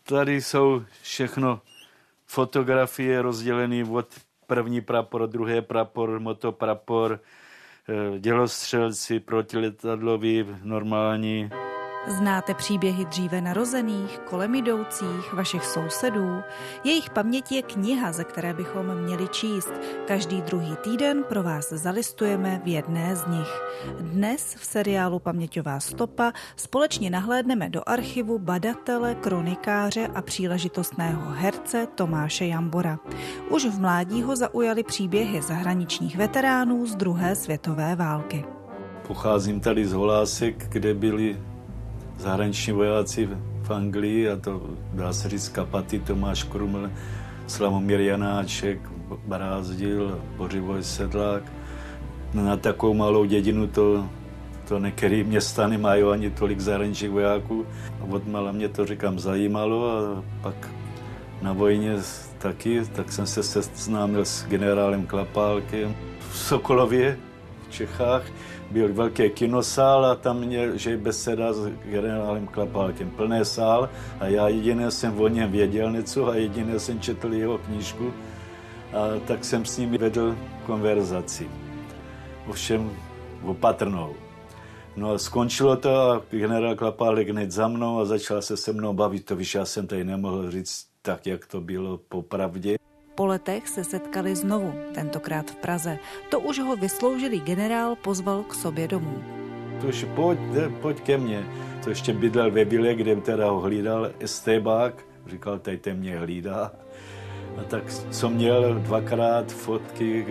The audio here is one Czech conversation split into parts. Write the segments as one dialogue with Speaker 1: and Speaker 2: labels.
Speaker 1: Tady jsou všechno fotografie rozdělené od první prapor, druhý prapor, motoprapor, dělostřelci, protiletadloví, normální.
Speaker 2: Znáte příběhy dříve narozených, kolem jdoucích, vašich sousedů? Jejich paměť je kniha, ze které bychom měli číst. Každý druhý týden pro vás zalistujeme v jedné z nich. Dnes v seriálu Paměťová stopa společně nahlédneme do archivu badatele, kronikáře a příležitostného herce Tomáše Jambora. Už v mládí ho zaujaly příběhy zahraničních veteránů z druhé světové války.
Speaker 1: Pocházím tady z Holásek, kde byli zahraniční vojáci v Anglii, a to dá se říct Kapaty, Tomáš Kruml, Slavomír Janáček, Brázdil, Bořivoj Sedlák. Na takovou malou dědinu to některé města nemají ani tolik zahraničních vojáků. Odmala mě to, říkám, zajímalo, a pak na vojně taky, tak jsem se seznámil s generálem Klapálkem v Sokolově v Čechách. Byl velký kinosál a tam měl, že beseda s generálem Klapálkem. Plný sál a já jediné jsem o něm věděl něco a jediné jsem četl jeho knížku, a tak jsem s ním vedl konverzaci. Ovšem opatrnou. No a skončilo to a generál Klapálek hned za mnou a začal se mnou bavit. To víš, já jsem tady nemohl říct tak, jak to bylo popravdě.
Speaker 2: Po letech se setkali znovu, tentokrát v Praze. To už ho vysloužilý generál pozval k sobě domů.
Speaker 1: To už pojď ke mně. To ještě bydlel ve vile, kde teda ho hlídal estébák. Říkal, tady te mě hlídá. A tak co měl dvakrát fotky,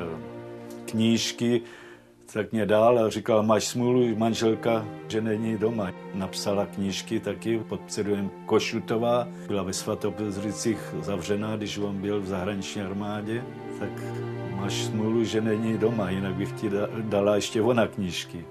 Speaker 1: knížky, tak mě dal a říkal, máš smůlu, manželka, že není doma. Napsala knížky taky pod pseudonymem Košutová. Byla ve Svatopeřicích zavřená, když on byl v zahraniční armádě. Tak máš smůlu, že není doma, jinak bych ti dala ještě ona knížky.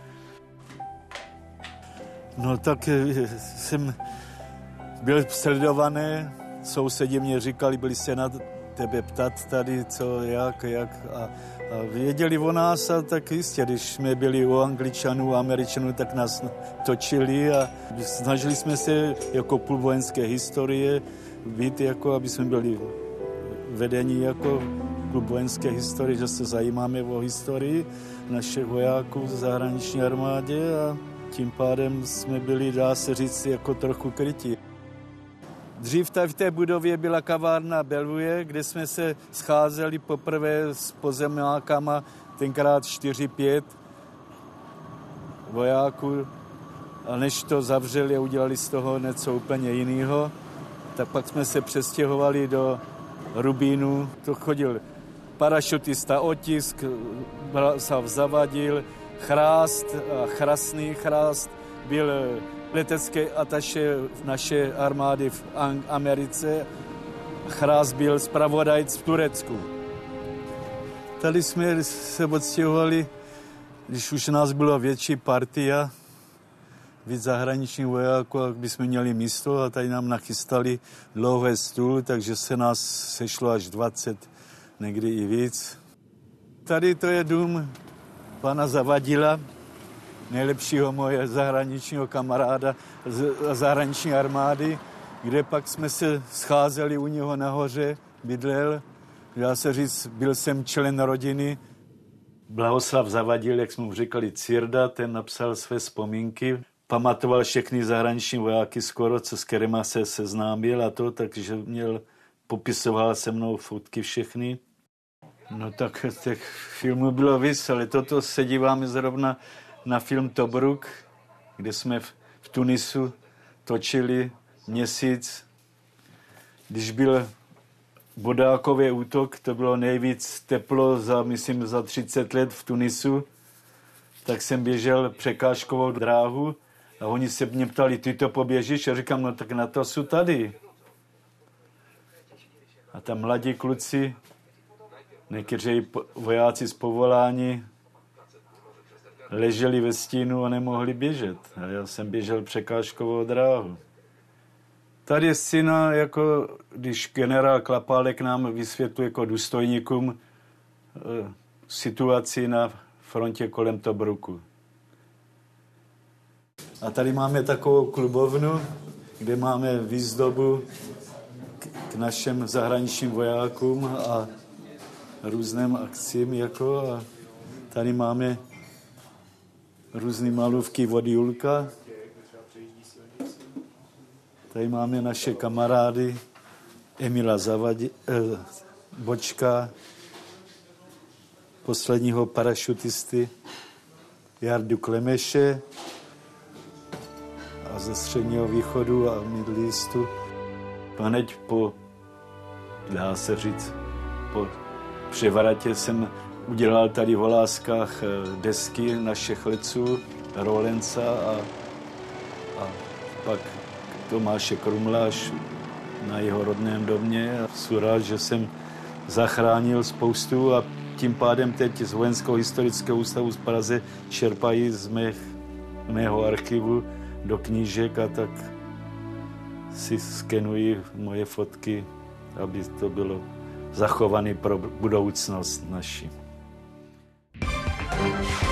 Speaker 1: No tak jsem byl sledovaný, sousedi mě říkali, byli se na tebe ptat tady, co, jak a věděli o nás, a tak jistě, když jsme byli u Angličanů a Američanů, tak nás točili a snažili jsme se jako klub vojenské historie být, jako aby jsme byli vedení jako klub vojenské historie, že se zajímáme o historii našich vojáků v zahraniční armádě, a tím pádem jsme byli, dá se říct, jako trochu kryti. Dřív v té budově byla kavárna Belvue, kde jsme se scházeli poprvé s pozemňákama, tenkrát 4-5 vojáků. A než to zavřeli a udělali z toho něco úplně jiného, tak pak jsme se přestěhovali do Rubínu. To chodil parašutista Otisk, Branislav Zavadil, Chrást, Chrasný Chrást, byl letecký ataše naše armády v Americe. Chrást byl zpravodajc v Turecku. Tady jsme se odstěhovali, když už nás bylo větší partia, víc zahraničních vojáků, jak bychom měli místo, a tady nám nachystali dlouhý stůl, takže se nás sešlo až 20, někdy i víc. Tady to je dům pana Zavadila, nejlepšího moje zahraničního kamaráda z zahraniční armády, kde pak jsme se scházeli u něho nahoře, bydlel. Dá se říct, byl jsem člen rodiny. Blahoslav Zavadil, jak jsme mu říkali, Círda, ten napsal své vzpomínky. Pamatoval všechny zahraniční vojáky skoro, co s kterýma se seznámil a to, takže popisoval se mnou fotky všechny. No tak těch filmů bylo víc, ale toto se díváme zrovna na film Tobruk, kde jsme v Tunisu točili měsíc. Když byl bodákový útok, to bylo nejvíc teplo za 30 let v Tunisu, tak jsem běžel překážkovou dráhu a oni se mě ptali, ty to poběžíš? A říkám, no tak na to jsou tady. A tam mladí kluci, někteří vojáci z povolání, leželi ve stínu a nemohli běžet. A já jsem běžel překážkovou dráhu. Tady je scéna, jako když generál Klapálek nám vysvětluje jako důstojníkům situaci na frontě kolem Tobruku. A tady máme takovou klubovnu, kde máme výzdobu k našim zahraničním vojákům a různým akcím. A tady máme různé malůvky od Julka. Tady máme naše kamarády Emila Bočka, posledního parašutisty Jardu Klemeše a ze Středního východu a Middle Eastu. Hned po, dá se říct, po převratě jsem udělal tady v Láskách desky našich letců, Rolenca a pak Tomáše Krumláš na jeho rodném domě. Jsem rád, že jsem zachránil spoustu a tím pádem teď z Vojenského historického ústavu z Praze čerpají z mého archivu do knížek a tak si skenují moje fotky, aby to bylo zachované pro budoucnost naši.